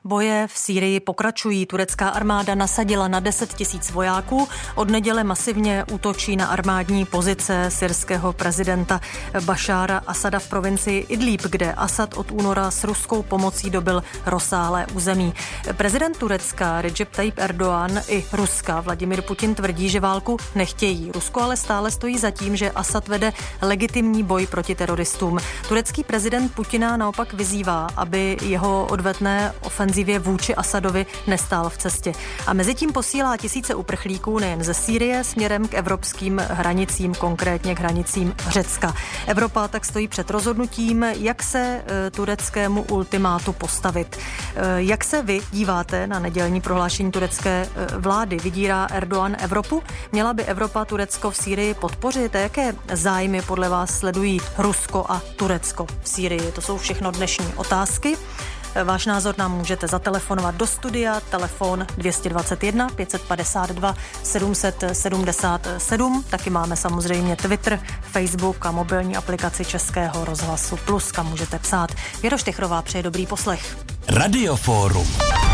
Boje v Sýrii pokračují. Turecká armáda nasadila na 10 000 vojáků. Od neděle masivně útočí na armádní pozice syrského prezidenta Bašára Asada v provincii Idlib, kde Asad od února s ruskou pomocí dobyl rozsáhlé území. Prezident Turecka Recep Tayyip Erdoğan i Ruska Vladimir Putin tvrdí, že válku nechtějí. Rusko ale stále stojí za tím, že Asad vede legitimní boj proti teroristům. Turecký prezident Putina naopak vyzývá, aby jeho odvetné ofenzivě vůči Asadovi nestál v cestě. A mezitím posílá tisíce uprchlíků nejen ze Sýrie směrem k evropským hranicím, konkrétně k hranicím Řecka. Evropa tak stojí před rozhodnutím, jak se tureckému ultimátu postavit. Jak se vy díváte na nedělní prohlášení turecké vlády? Vydírá Erdoğan Evropu? Měla by Evropa Turecko v Sýrii podpořit? A jaké zájmy podle vás sledují Rusko a Turecko v Sýrii? To jsou všechno dnešní otázky. Váš názor nám můžete zatelefonovat do studia, telefon 221 552 777. Taky máme samozřejmě Twitter, Facebook a mobilní aplikaci Českého rozhlasu Plus, kam můžete psát. Věro Štechrová přeje dobrý poslech. Radioforum.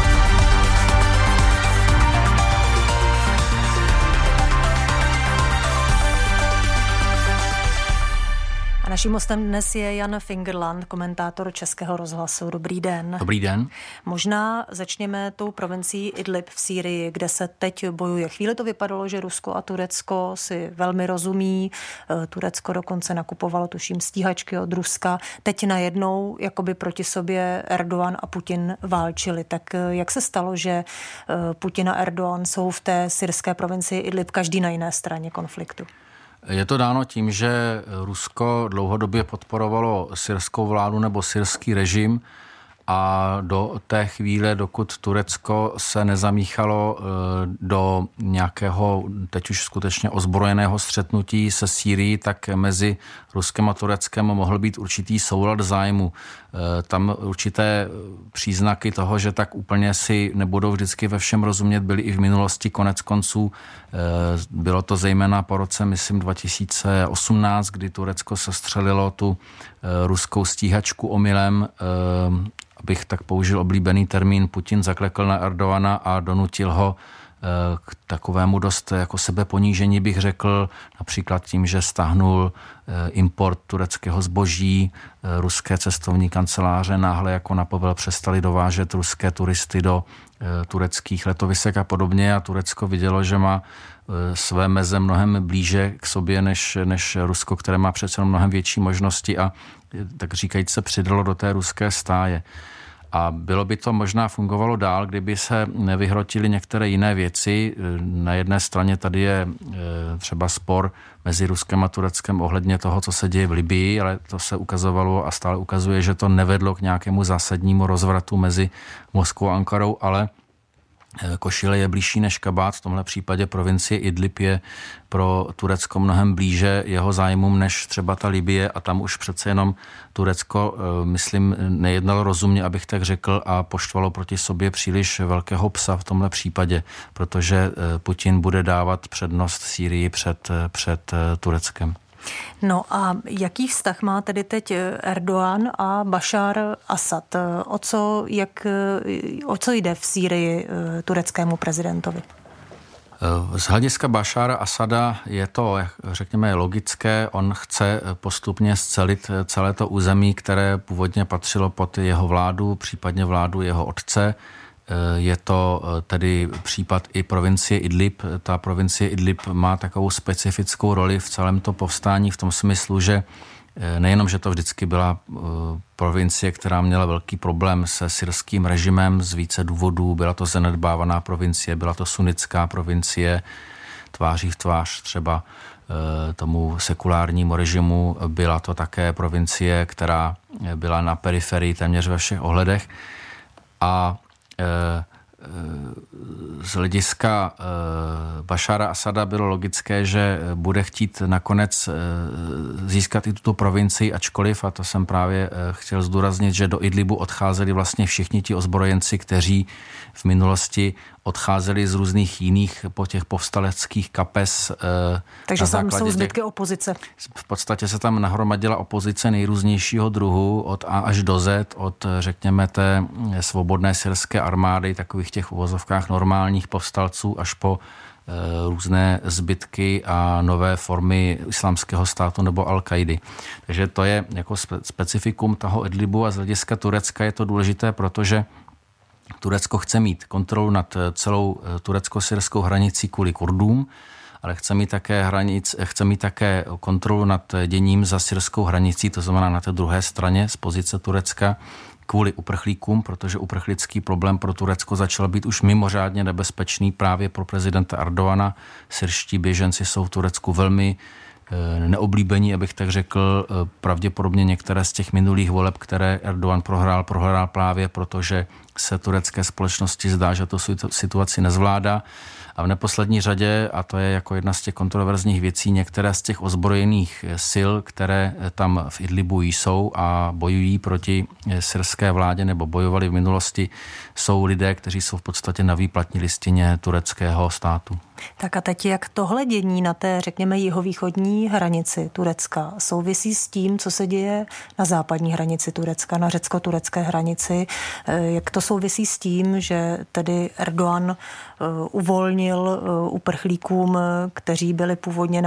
Naším hostem dnes je Jan Fingerland, komentátor Českého rozhlasu. Dobrý den. Dobrý den. Možná začněme tou provincií Idlib v Sýrii, kde se teď bojuje. Chvíli to vypadalo, že Rusko a Turecko si velmi rozumí. Turecko dokonce nakupovalo, tuším, stíhačky od Ruska. Teď najednou jakoby proti sobě Erdoğan a Putin válčili. Tak jak se stalo, že Putin a Erdoğan jsou v té syrské provincii Idlib každý na jiné straně konfliktu? Je to dáno tím, že Rusko dlouhodobě podporovalo syrskou vládu nebo syrský režim a do té chvíle, dokud Turecko se nezamíchalo do nějakého teď už skutečně ozbrojeného střetnutí se Sýrií, tak mezi Ruskem a Tureckem mohl být určitý soulad zájmu. Tam určité příznaky toho, že tak úplně si nebudou vždycky ve všem rozumět, byly i v minulosti. Konec konců bylo to zejména po roce, myslím, 2018, kdy Turecko sestřelilo tu ruskou stíhačku omylem, abych tak použil oblíbený termín, Putin zaklekl na Erdoğana a donutil ho k takovému dost jako sebeponížení, bych řekl, například tím, že stáhnul import tureckého zboží, ruské cestovní kanceláře náhle jako na povel přestali dovážet ruské turisty do tureckých letovisek a podobně a Turecko vidělo, že má své meze mnohem blíže k sobě než Rusko, které má přece mnohem větší možnosti a tak říkajíc se přidalo do té ruské stáje. A bylo by to možná fungovalo dál, kdyby se nevyhrotily některé jiné věci. Na jedné straně tady je třeba spor mezi Ruskem a Tureckem ohledně toho, co se děje v Libyi, ale to se ukazovalo a stále ukazuje, že to nevedlo k nějakému zásadnímu rozvratu mezi Moskvou a Ankarou, ale košile je blížší než kabát. V tomhle případě provincie Idlib je pro Turecko mnohem blíže jeho zájmům než třeba ta Libye a tam už přece jenom Turecko, myslím, nejednalo rozumně, abych tak řekl, a poštvalo proti sobě příliš velkého psa v tomhle případě, protože Putin bude dávat přednost Sýrii před Tureckem. No a jaký vztah má tedy teď Erdoğan a Bašár Asad? O co jde v Sýrii tureckému prezidentovi? Z hlediska Bašára Asada je to, řekněme, logické. On chce postupně scelit celé to území, které původně patřilo pod jeho vládu, případně vládu jeho otce. Je to tedy případ i provincie Idlib. Ta provincie Idlib má takovou specifickou roli v celém to povstání v tom smyslu, že nejenom, že to vždycky byla provincie, která měla velký problém se syrským režimem z více důvodů, byla to zanedbávaná provincie, byla to sunnická provincie, tváří v tvář třeba tomu sekulárnímu režimu, byla to také provincie, která byla na periferii téměř ve všech ohledech a z hlediska Bašára Asada bylo logické, že bude chtít nakonec získat i tuto provincii, ačkoliv, a to jsem právě chtěl zdůraznit, že do Idlibu odcházeli vlastně všichni ti ozbrojenci, kteří v minulosti odcházeli z různých jiných po těch povstaleckých kapes. Takže tam jsou zbytky opozice. V podstatě se tam nahromadila opozice nejrůznějšího druhu od A až do Z, od řekněme té svobodné syrské armády, takových těch uvozovkách normálních povstalců až po různé zbytky a nové formy islámského státu nebo Al-Kaidy. Takže to je jako specifikum toho Idlibu a z hlediska Turecka je to důležité, protože Turecko chce mít kontrolu nad celou turecko-syrskou hranicí kvůli Kurdům, ale chce mít také kontrolu nad děním za syrskou hranicí, to znamená na té druhé straně z pozice Turecka, kvůli uprchlíkům, protože uprchlický problém pro Turecko začal být už mimořádně nebezpečný právě pro prezidenta Erdogana. Syrští běženci jsou v Turecku velmi neoblíbení, abych tak řekl. Pravděpodobně některé z těch minulých voleb, které Erdogan prohrál právě protože se turecké společnosti zdá, že to situaci nezvládá. A v neposlední řadě, a to je jako jedna z těch kontroverzních věcí, některé z těch ozbrojených sil, které tam v Idlibu jsou a bojují proti syrské vládě nebo bojovali v minulosti, jsou lidé, kteří jsou v podstatě na výplatní listině tureckého státu. Tak a teď jak tohle dění na té, řekněme, jihovýchodní hranici Turecka souvisí s tím, co se děje na západní hranici Turecka, na řecko-turecké hranici? Jak to souvisí s tím, že tedy Erdogan uvolnil uprchlíkům, kteří byli původně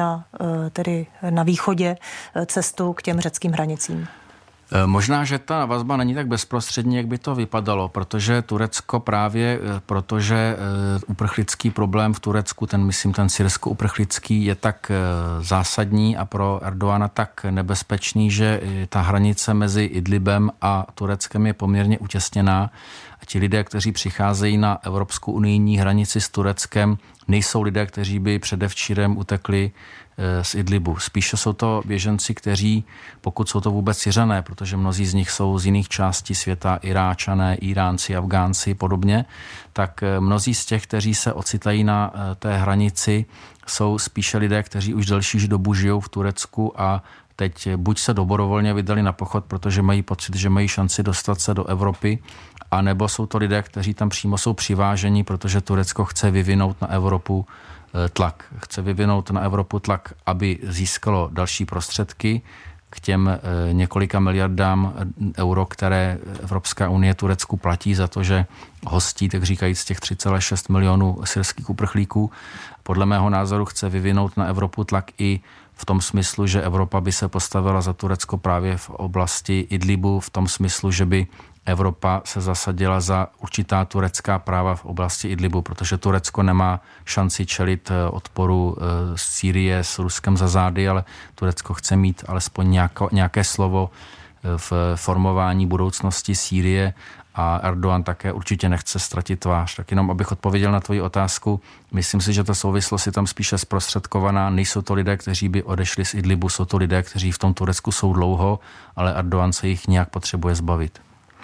na východě, cestu k těm řeckým hranicím? Možná, že ta vazba není tak bezprostřední, jak by to vypadalo, protože Turecko právě, protože uprchlický problém v Turecku, ten syrsko-uprchlický, je tak zásadní a pro Erdogana tak nebezpečný, že ta hranice mezi Idlibem a Tureckem je poměrně utěsněná. A ti lidé, kteří přicházejí na evropskou unijní hranici s Tureckem, nejsou lidé, kteří by předevčírem utekli z Idlibu. Spíše jsou to běženci, kteří, pokud jsou to vůbec Syřané, protože mnozí z nich jsou z jiných částí světa, Iráčané, Iránci, Afgánci podobně, tak mnozí z těch, kteří se ocitají na té hranici, jsou spíše lidé, kteří už delší dobu žijou v Turecku a teď buď se dobrovolně vydali na pochod, protože mají pocit, že mají šanci dostat se do Evropy, a nebo jsou to lidé, kteří tam přímo jsou přiváženi, protože Turecko chce vyvinout na Evropu tlak. Chce vyvinout na Evropu tlak, aby získalo další prostředky k těm několika miliardám euro, které Evropská unie Turecku platí za to, že hostí, tak říkajíc, těch 3,6 milionů syrských uprchlíků. Podle mého názoru chce vyvinout na Evropu tlak i v tom smyslu, že Evropa by se postavila za Turecko právě v oblasti Idlibu, v tom smyslu, že by Evropa se zasadila za určitá turecká práva v oblasti Idlibu, protože Turecko nemá šanci čelit odporu Sýrie s Ruskem za zády, ale Turecko chce mít alespoň nějaké slovo v formování budoucnosti Sýrie a Erdogan také určitě nechce ztratit tvář. Tak jenom abych odpověděl na tvoji otázku, myslím si, že ta souvislost je tam spíše zprostředkovaná. Nejsou to lidé, kteří by odešli z Idlibu, jsou to lidé, kteří v tom Turecku jsou dlouho, ale Erdogan se jich nějak potřebuje zbavit.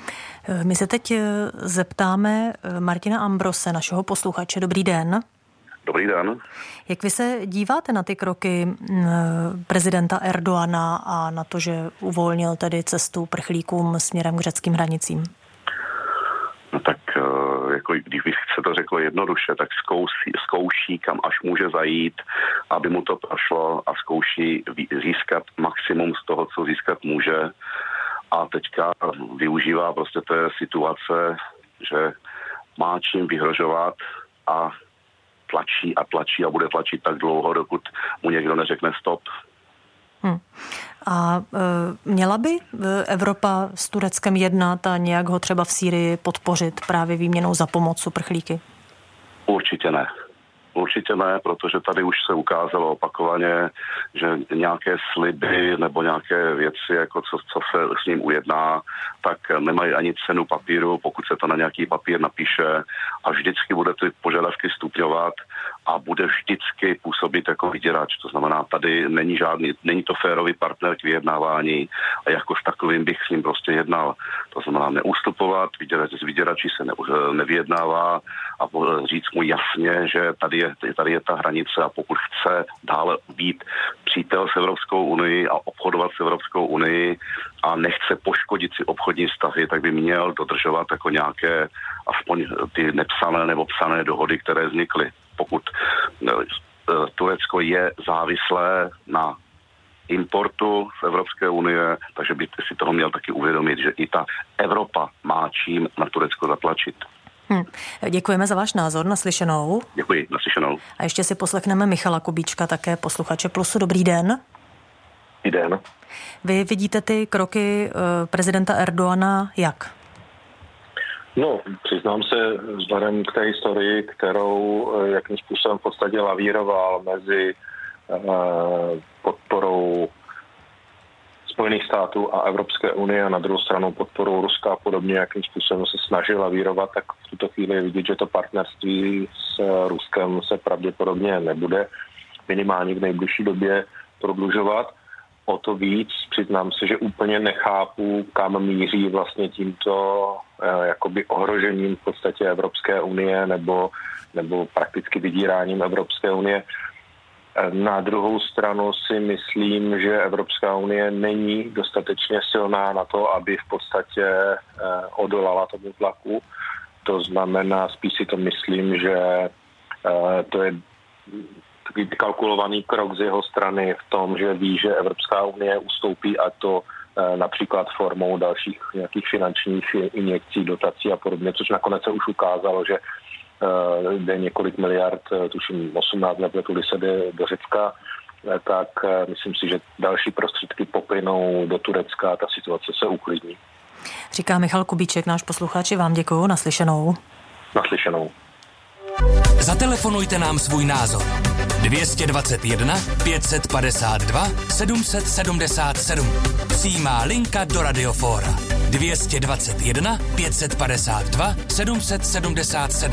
My se teď zeptáme Martina Ambrose, našeho posluchače. Dobrý den. Dobrý den. Jak vy se díváte na ty kroky prezidenta Erdogana a na to, že uvolnil tedy cestu prchlíkům směrem k řeckým hranicím? No tak, jako když bych se to řeklo jednoduše, tak zkouší, kam až může zajít, aby mu to prošlo a zkouší získat maximum z toho, co získat může. A teďka využívá prostě té situace, že má čím vyhrožovat a tlačí a bude tlačit tak dlouho, dokud mu někdo neřekne stop. A měla by Evropa s Tureckem jednat a nějak ho třeba v Sýrii podpořit právě výměnou za pomoc uprchlíky? Určitě ne. Určitě ne, protože tady už se ukázalo opakovaně, že nějaké sliby nebo nějaké věci, jako co se s ním ujedná, tak nemají ani cenu papíru, pokud se to na nějaký papír napíše a vždycky bude ty požadavky stupňovat a bude vždycky působit jako vyděrač. To znamená, tady není to férový partner k vyjednávání a jako s takovým bych s ním prostě jednal. To znamená neustupovat, s vyděrači se nevyjednává a říct mu jasně, že tady je ta hranice a pokud chce dále být přítel s Evropskou unii a obchodovat s Evropskou unii a nechce poškodit si obchodní vztahy, tak by měl dodržovat jako nějaké aspoň ty nepsané nebo psané dohody, které vznikly. Pokud Turecko je závislé na importu z Evropské unie, takže by si toho měl taky uvědomit, že i ta Evropa má čím na Turecko zatlačit. Děkujeme za váš názor, naslyšenou. Děkuji, naslyšenou. A ještě si poslechneme Michala Kubíčka, také posluchače Plusu. Dobrý den. Dobrý den. Vy vidíte ty kroky prezidenta Erdogana jak? No, přiznám se, vzhledem k té historii, kterou jakým způsobem v podstatě lavíroval mezi podporou Spojených států a Evropské unie a na druhou stranu podporou Ruska a podobně, jakým způsobem se snažil lavírovat, tak v tuto chvíli je vidět, že to partnerství s Ruskem se pravděpodobně nebude minimálně v nejbližší době prodlužovat. O to víc přiznám se, že úplně nechápu, kam míří vlastně tímto jakoby ohrožením v podstatě Evropské unie nebo prakticky vydíráním Evropské unie. Na druhou stranu si myslím, že Evropská unie není dostatečně silná na to, aby v podstatě odolala tomu tlaku. To znamená, spíš si to myslím, že to je takový kalkulovaný krok z jeho strany v tom, že ví, že Evropská unie ustoupí a to například formou dalších nějakých finančních injekcí, dotací a podobně, což nakonec se už ukázalo, že jde několik miliard, tuším 18 nepletuli se jde do Řecka, tak myslím si, že další prostředky poplynou do Turecka a ta situace se uklidní. Říká Michal Kubíček, náš posluchač, vám děkuju, naslyšenou. Naslyšenou. Zatelefonujte nám svůj názor. 221 552 777. Přijímá linka do Radiofóra. 221 552 777.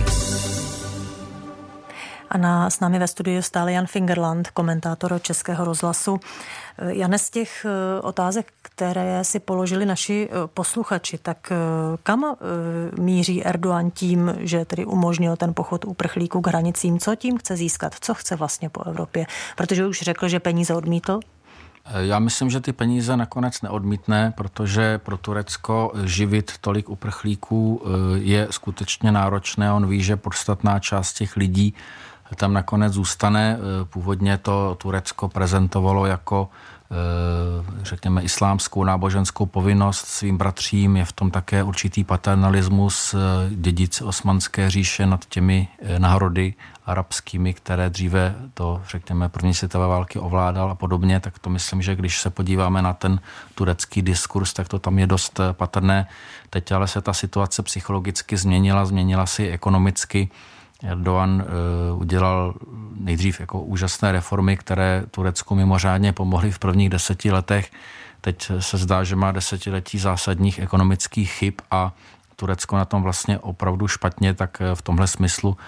A s námi ve studiu stále Jan Fingerland, komentátor Českého rozhlasu. Jane, z těch otázek, které si položili naši posluchači, tak kam míří Erdogan tím, že tedy umožnil ten pochod uprchlíků k hranicím? Co tím chce získat? Co chce vlastně po Evropě? Protože už řekl, že peníze odmítl. Já myslím, že ty peníze nakonec neodmítne, protože pro Turecko živit tolik uprchlíků je skutečně náročné. On ví, že podstatná část těch lidí tam nakonec zůstane. Původně to Turecko prezentovalo jako, řekněme, islámskou náboženskou povinnost svým bratřím. Je v tom také určitý paternalismus dědic Osmanské říše nad těmi národy arabskými, které dříve to, řekněme, první světové války ovládal a podobně, tak to myslím, že když se podíváme na ten turecký diskurs, tak to tam je dost patrné. Teď ale se ta situace psychologicky změnila si ekonomicky. Erdogan udělal nejdřív jako úžasné reformy, které Turecku mimořádně pomohly v prvních 10 letech. Teď se zdá, že má desetiletí zásadních ekonomických chyb a Turecko na tom vlastně opravdu špatně, tak v tomhle smyslu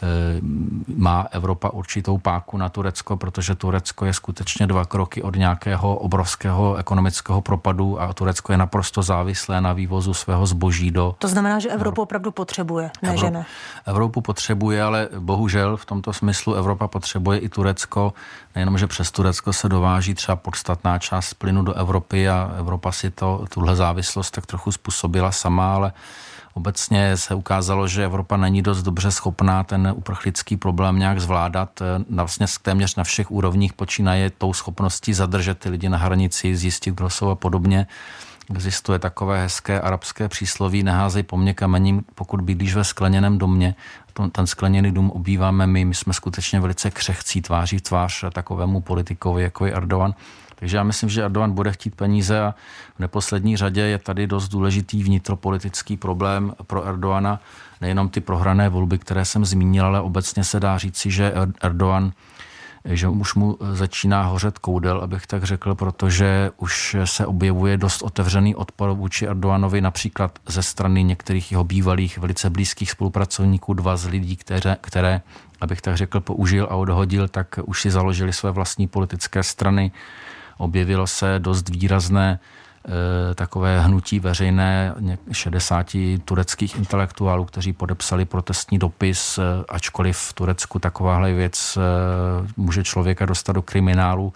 má Evropa určitou páku na Turecko, protože Turecko je skutečně 2 kroky od nějakého obrovského ekonomického propadu a Turecko je naprosto závislé na vývozu svého zboží do... To znamená, že Evropu opravdu potřebuje, ne že ne? Evropu potřebuje, ale bohužel v tomto smyslu Evropa potřebuje i Turecko. Nejenom, že přes Turecko se dováží třeba podstatná část plynu do Evropy a Evropa si tuhle závislost tak trochu způsobila sama, ale obecně se ukázalo, že Evropa není dost dobře schopná ten uprchlický problém nějak zvládat. Vlastně téměř na všech úrovních počínaje tou schopností zadržet ty lidi na hranici, zjistit, kdo jsou a podobně. Existuje takové hezké arabské přísloví: neházej po mně kamením, pokud bydlíš ve skleněném domě. Ten skleněný dům obýváme my jsme skutečně velice křehcí tváří v tvář takovému politikovi, jako je Erdogan. Takže já myslím, že Erdogan bude chtít peníze a v neposlední řadě je tady dost důležitý vnitropolitický problém pro Erdogana. Nejenom ty prohrané volby, které jsem zmínil, ale obecně se dá říci, že Erdogan, že už mu začíná hořet koudel, abych tak řekl, protože už se objevuje dost otevřený odpor vůči Erdoganovi, například ze strany některých jeho bývalých velice blízkých spolupracovníků. 2 z lidí, které, abych tak řekl, použil a odhodil, tak už si založili své vlastní politické strany. Objevilo se dost výrazné takové hnutí veřejné 60 tureckých intelektuálů, kteří podepsali protestní dopis, ačkoliv v Turecku takováhle věc může člověka dostat do kriminálu,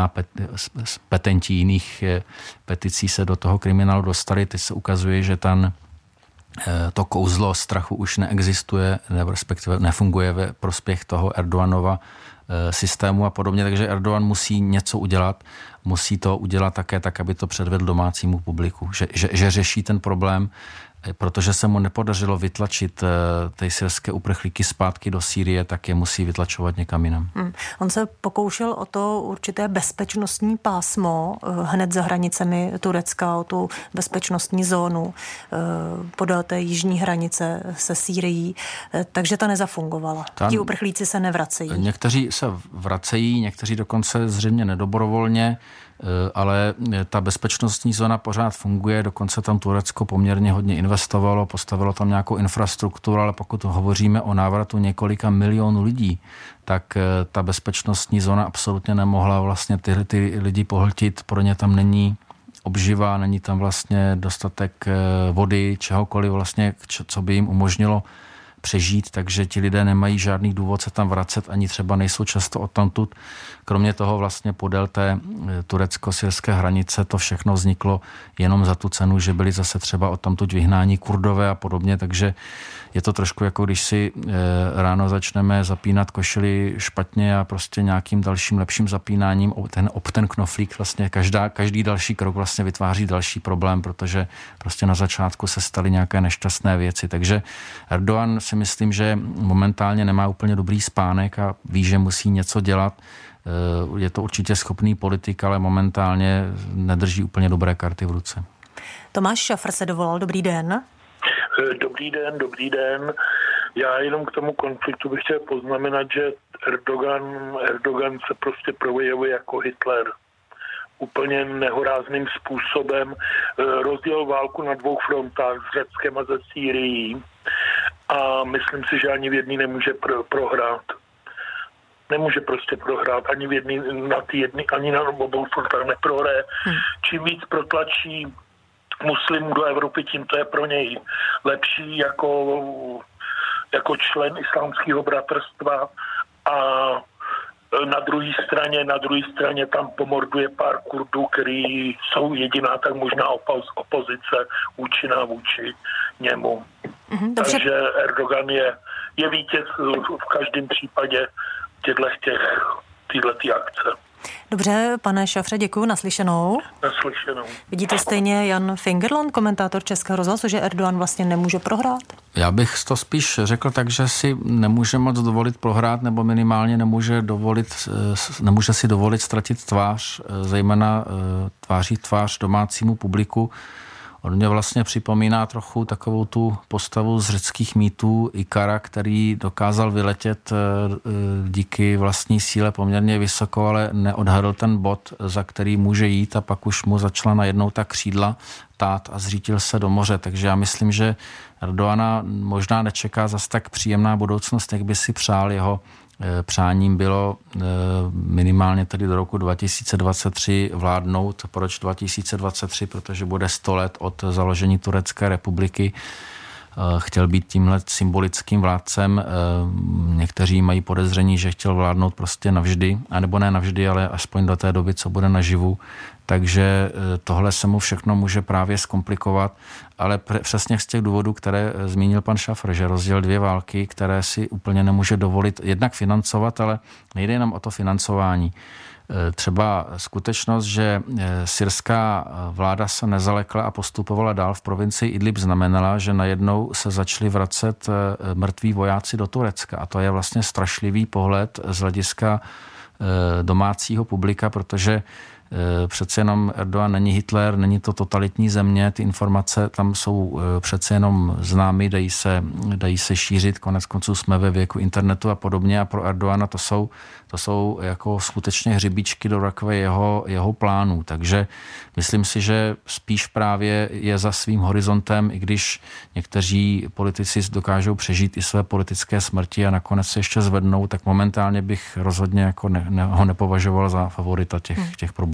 petenti jiných peticí se do toho kriminálu dostali. Teď se ukazuje, že to kouzlo strachu už neexistuje, respektive nefunguje ve prospěch toho Erdoganova systému a podobně, takže Erdogan musí něco udělat, musí to udělat také tak, aby to předvedl domácímu publiku, že řeší ten problém, protože se mu nepodařilo vytlačit ty syrské uprchlíky zpátky do Sýrie, tak je musí vytlačovat někam jinam. On se pokoušel o to určité bezpečnostní pásmo hned za hranicemi Turecka, o tu bezpečnostní zónu podél té jižní hranice se Sýrií, takže ta nezafungovala. Ti uprchlíci se nevracejí. Někteří se vracejí, někteří dokonce zřejmě nedobrovolně, ale ta bezpečnostní zóna pořád funguje, dokonce tam Turecko poměrně hodně investovalo, postavilo tam nějakou infrastrukturu, ale pokud hovoříme o návratu několika milionů lidí, tak ta bezpečnostní zóna absolutně nemohla vlastně ty lidi pohltit, pro ně tam není obživa, není tam vlastně dostatek vody, čehokoliv vlastně, co by jim umožnilo přežít, takže ti lidé nemají žádný důvod se tam vracet, ani třeba nejsou často odtamtud. Kromě toho vlastně podél té turecko-syrské hranice to všechno vzniklo jenom za tu cenu, že byli zase třeba odtamtud vyhnání Kurdové a podobně, takže je to trošku jako když si ráno začneme zapínat košili špatně a prostě nějakým dalším lepším zapínáním ten knoflík vlastně každý další krok vlastně vytváří další problém, protože prostě na začátku se staly nějaké nešťastné věci, takže Erdogan si myslím, že momentálně nemá úplně dobrý spánek a ví, že musí něco dělat. Je to určitě schopný politik, ale momentálně nedrží úplně dobré karty v ruce. Tomáš Šafr se dovolal. Dobrý den. Dobrý den. Já jenom k tomu konfliktu bych chtěl poznamenat, že Erdogan se prostě projevuje jako Hitler. Úplně nehorázným způsobem rozdělil válku na 2 frontách s Řeckem a ze Sýrií a myslím si, že ani v jedný nemůže prohrát. Nemůže prostě prohrát ani v jedný, ani na obou frontách neprohraje. Čím víc protlačí muslimů do Evropy, tím to je pro něj lepší jako člen islámského bratrstva a na druhé straně tam pomorduje pár Kurdů, který jsou jediná tak možná opozice účinná vůči němu. Takže Erdogan je vítěz v každém případě této akce. Dobře, pane Šafře, děkuji, naslyšenou. Vidíte stejně Jan Fingerland, komentátor Českého rozhlasu, že Erdogan vlastně nemůže prohrát? Já bych to spíš řekl tak, že si nemůže moc dovolit prohrát, nebo minimálně nemůže si dovolit ztratit tvář, zejména tvář domácímu publiku. On mě vlastně připomíná trochu takovou tu postavu z řeckých mýtů Ikara, který dokázal vyletět díky vlastní síle poměrně vysoko, ale neodhadl ten bod, za který může jít a pak už mu začala najednou ta křídla tát a zřítil se do moře. Takže já myslím, že Erdogana možná nečeká zas tak příjemná budoucnost, jak by si přál. Jeho přáním bylo minimálně tedy do roku 2023 vládnout. Proč 2023? Protože bude 100 let od založení Turecké republiky. Chtěl být tímhle symbolickým vládcem. Někteří mají podezření, že chtěl vládnout prostě navždy, anebo ne navždy, ale aspoň do té doby, co bude naživu. Takže tohle se mu všechno může právě zkomplikovat, ale přesně z těch důvodů, které zmínil pan Šafr, že rozdělil 2 války, které si úplně nemůže dovolit jednak financovat, ale nejde jenom o to financování. Třeba skutečnost, že syrská vláda se nezalekla a postupovala dál v provincii Idlib, znamenala, že najednou se začali vracet mrtví vojáci do Turecka. A to je vlastně strašlivý pohled z hlediska domácího publika, protože přece jenom Erdogan není Hitler, není to totalitní země, ty informace tam jsou přece jenom známy, dají se šířit, konec konců jsme ve věku internetu a podobně a pro Erdogana to jsou jako skutečně hřebíčky do rakve jeho plánů, takže myslím si, že spíš právě je za svým horizontem, i když někteří politici dokážou přežít i své politické smrti a nakonec se ještě zvednou, tak momentálně bych rozhodně jako ho nepovažoval za favorita těch problémů.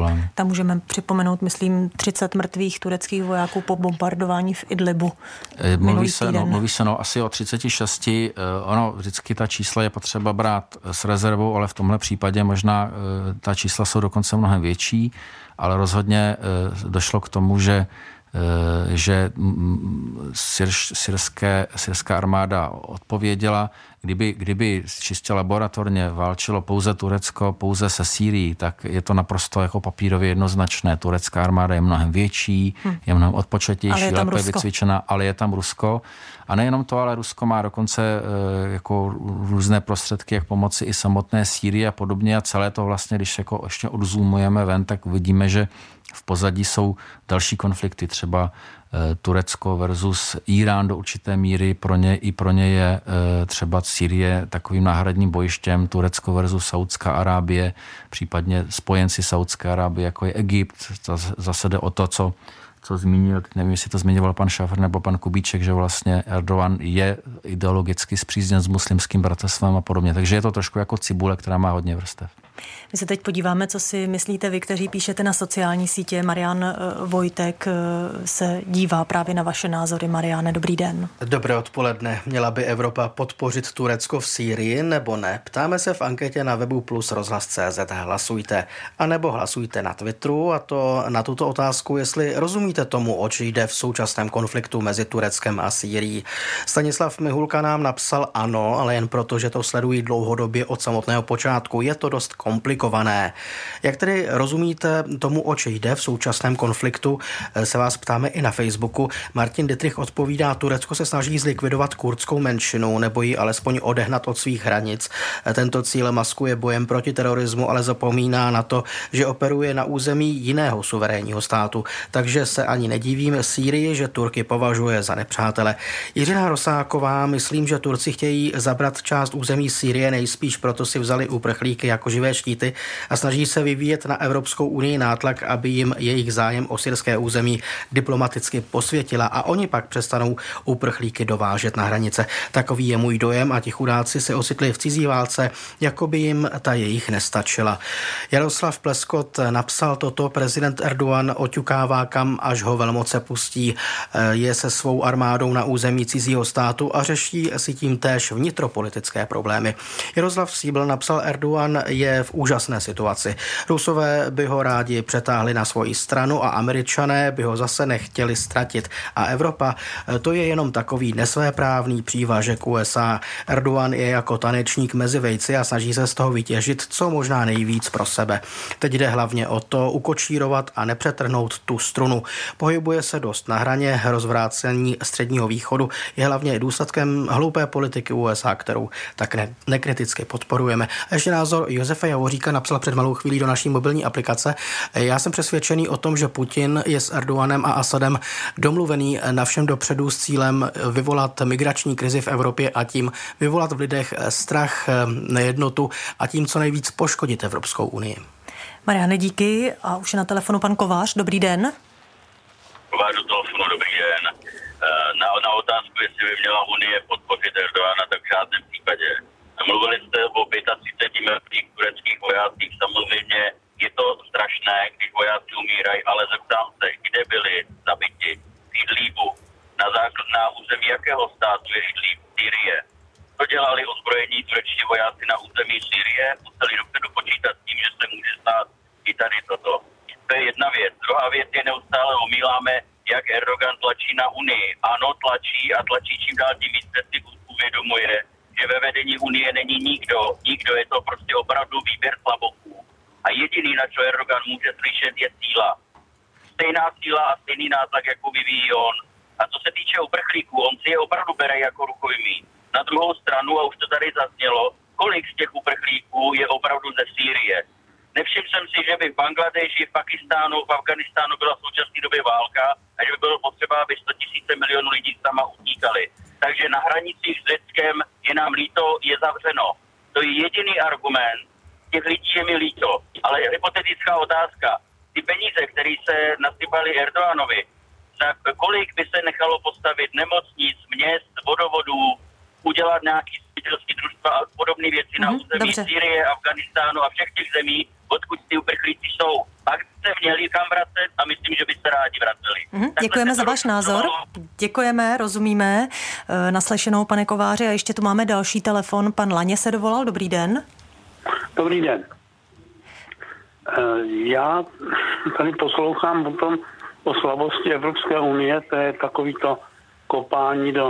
problém. Tam můžeme připomenout, myslím, 30 mrtvých tureckých vojáků po bombardování v Idlibu. Mluví se asi o 36. Ono vždycky ta čísla je potřeba brát s rezervou, ale v tomhle případě možná ta čísla jsou dokonce mnohem větší, ale rozhodně došlo k tomu, že syrská armáda odpověděla. Kdyby čistě laboratorně válčilo pouze Turecko, pouze se Sýrií, tak je to naprosto jako papírově jednoznačné. Turecká armáda je mnohem větší, je mnohem odpočatější, lépe vycvičená, ale je tam Rusko. A nejenom to, ale Rusko má dokonce jako různé prostředky, jak pomoci i samotné Sýrii a podobně. A celé to vlastně, když jako ještě odzoomujeme ven, tak vidíme, že v pozadí jsou další konflikty, třeba Turecko versus Irán do určité míry. Pro ně je třeba Sýrie takovým náhradním bojištěm, Turecko versus Saudská Arábie, případně spojenci Saudské Arábie, jako je Egypt. Zase jde o to, co zmínil, nevím, jestli to zmiňoval pan Šafr nebo pan Kubíček, že vlastně Erdogan je ideologicky spřízněn s muslimským bratrstvem a podobně. Takže je to trošku jako cibule, která má hodně vrstev. My se teď podíváme, co si myslíte vy, kteří píšete na sociální sítě. Marian Vojtek se dívá právě na vaše názory. Mariane, dobrý den. Dobré odpoledne. Měla by Evropa podpořit Turecko v Sýrii nebo ne? Ptáme se v anketě na webu Plus rozhlas.cz. Hlasujte. A nebo hlasujte na Twitteru, a to na tuto otázku, jestli rozumíte tomu, oč jde v současném konfliktu mezi Tureckem a Sýrií. Stanislav Mihulka nám napsal ano, ale jen proto, že to sledují dlouhodobě od samotného počátku. Je to dost komplikované. Jak tedy rozumíte tomu, oč jde v současném konfliktu, se vás ptáme i na Facebooku. Martin Dittrich odpovídá, Turecko se snaží zlikvidovat kurdskou menšinu nebo ji alespoň odehnat od svých hranic. Tento cíl maskuje bojem proti terorismu, ale zapomíná na to, že operuje na území jiného suverénního státu. Takže se ani nedivím Sýrii, že Turky považuje za nepřátele. Jiřina Rosáková, myslím, že Turci chtějí zabrat část území Sýrie, nejspíš proto si vzali uprchlíky jako živé štíty a snaží se vyvíjet na Evropskou unii nátlak, aby jim jejich zájem o syrské území diplomaticky posvětila a oni pak přestanou uprchlíky dovážet na hranice. Takový je můj dojem a ti chudáci se ocitli v cizí válce, jako by jim ta jejich nestačila. Jaroslav Pleskot napsal toto, prezident Erdogan oťukává, kam až ho velmoce pustí. Je se svou armádou na území cizího státu a řeší si tím též vnitropolitické problémy. Jaroslav Síbl napsal, Erdogan je v úžasné situaci. Rusové by ho rádi přetáhli na svoji stranu a Američané by ho zase nechtěli ztratit. A Evropa, to je jenom takový nesvéprávný přívažek USA. Erdogan je jako tanečník mezi vejci a snaží se z toho vytěžit co možná nejvíc pro sebe. Teď jde hlavně o to ukočírovat a nepřetrhnout tu strunu. Pohybuje se dost na hraně, rozvrácení Středního východu je hlavně důsledkem hloupé politiky USA, kterou tak nekriticky podporujeme. A ještě názor Josefa Javoříka napsal před malou chvílí do naší mobilní aplikace. Já jsem přesvědčený o tom, že Putin je s Erdoganem a Asadem domluvený na všem dopředu s cílem vyvolat migrační krizi v Evropě a tím vyvolat v lidech strach, nejednotu a tím co nejvíc poškodit Evropskou unii. Mariane, díky. A už je na telefonu pan Kovář. Dobrý den. Kovář do telefonu, dobrý den. Na otázku, jestli by měla Unie podpořit Erdogana, tak v žádném případě. Mluvili jste o 35 mrtvých tureckých vojácích. Samozřejmě je to strašné, když vojáci umírají, ale zeptám se, kde byli zabiti? V Idlibu. Na území jakého státu je Idlib? Sýrie. To dělali ozbrojení turečtí vojáci na území Sýrie, museli dopředu počítat s tím, že se může stát i tady toto. To je jedna věc. Druhá věc je, neustále omíláme, jak Erdogan tlačí na Unii. Ano, tlačí a tlačí čím dál tím více, si uvědomuje, že ve vedení Unie není nikdo, je to prostě opravdu výběr slaboků. A jediný, na co Erdogan může slyšet, je síla. Stejná síla a stejný nátlak, jako vyvíjí on. A co se týče uprchlíků, on si je opravdu bere jako rukojmí. Na druhou stranu, a už to tady zaznělo, kolik z těch uprchlíků je opravdu ze Sýrie. Nevšiml jsem si, že by v Bangladeši, v Pakistánu, v Afganistánu byla v současné době válka a že by bylo potřeba, aby 100 000 milionů lidí sama utíkali. Takže na hranicích s Řeckem je nám líto, je zavřeno. To je jediný argument. Těch lidí je mi líto. Ale hypotetická otázka. Ty peníze, které se nasypaly Erdoganovi, tak kolik by se nechalo postavit nemocnic, měst, vodovodů, udělat nějaký zemědělský družstva a podobné věci na území Sýrie, Afganistánu a všech těch zemí, odkud ty uprchlíci jsou. Pak se měli kam vracet a myslím, že by se rádi vraceli. Děkujeme za váš názor. Děkujeme, rozumíme. Naslyšenou, pane Kováři. A ještě tu máme další telefon. Pan Laně se dovolal. Dobrý den. Dobrý den. Já tady poslouchám o slabosti Evropské unie, to je takovýto kopání do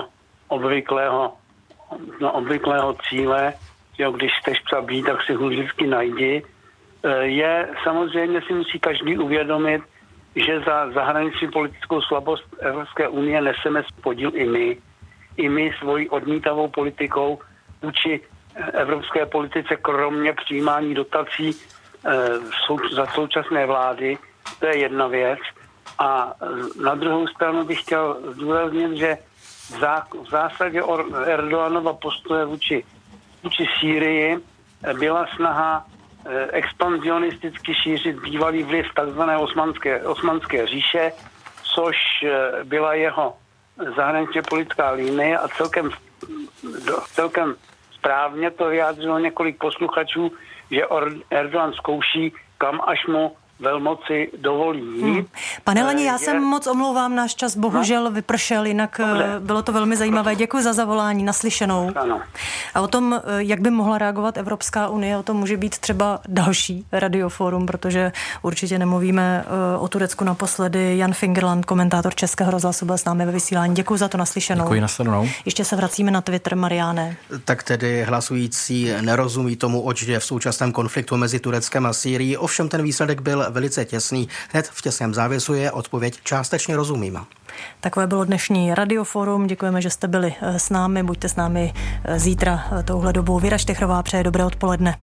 obvyklého cíle, jo, když chceš přabít, tak si ho vždycky najdi. Samozřejmě si musí každý uvědomit, že za zahraniční politickou slabost Evropské unie neseme podíl i my. I my svojí odmítavou politikou vůči evropské politice, kromě přijímání dotací za současné vlády, to je jedna věc. A na druhou stranu bych chtěl zdůraznit, že v zásadě Erdoganova postoje vůči Sýrii byla snaha expanzionisticky šířit bývalý vliv takzvané osmanské říše, což byla jeho zahraničně politická linie a celkem správně to vyjádřilo několik posluchačů, že Erdogan zkouší, kam až mu velmoci dovolí. Pane Lani, já se moc omlouvám, náš čas bohužel vypršel, jinak bylo to velmi zajímavé. Děkuji za zavolání, naslyšenou. Ano. A o tom, jak by mohla reagovat Evropská unie, o tom může být třeba další radioforum, protože určitě nemluvíme o Turecku naposledy. Jan Fingerland, komentátor Českého rozhlasu, byl s námi ve vysílání. Děkuji za to, naslyšenou. Děkuji, naslyšenou. Ještě se vracíme na Twitter, Mariáne. Tak tedy hlasující nerozumí tomu, oč jde v současném konfliktu mezi Tureckem a Sýrií. Ovšem ten výsledek byl velice těsný. Hned v těsném závěsu je odpověď částečně rozumím. Takové bylo dnešní radioforum. Děkujeme, že jste byli s námi. Buďte s námi zítra touhle dobou. Věra Štechrová přeje dobré odpoledne.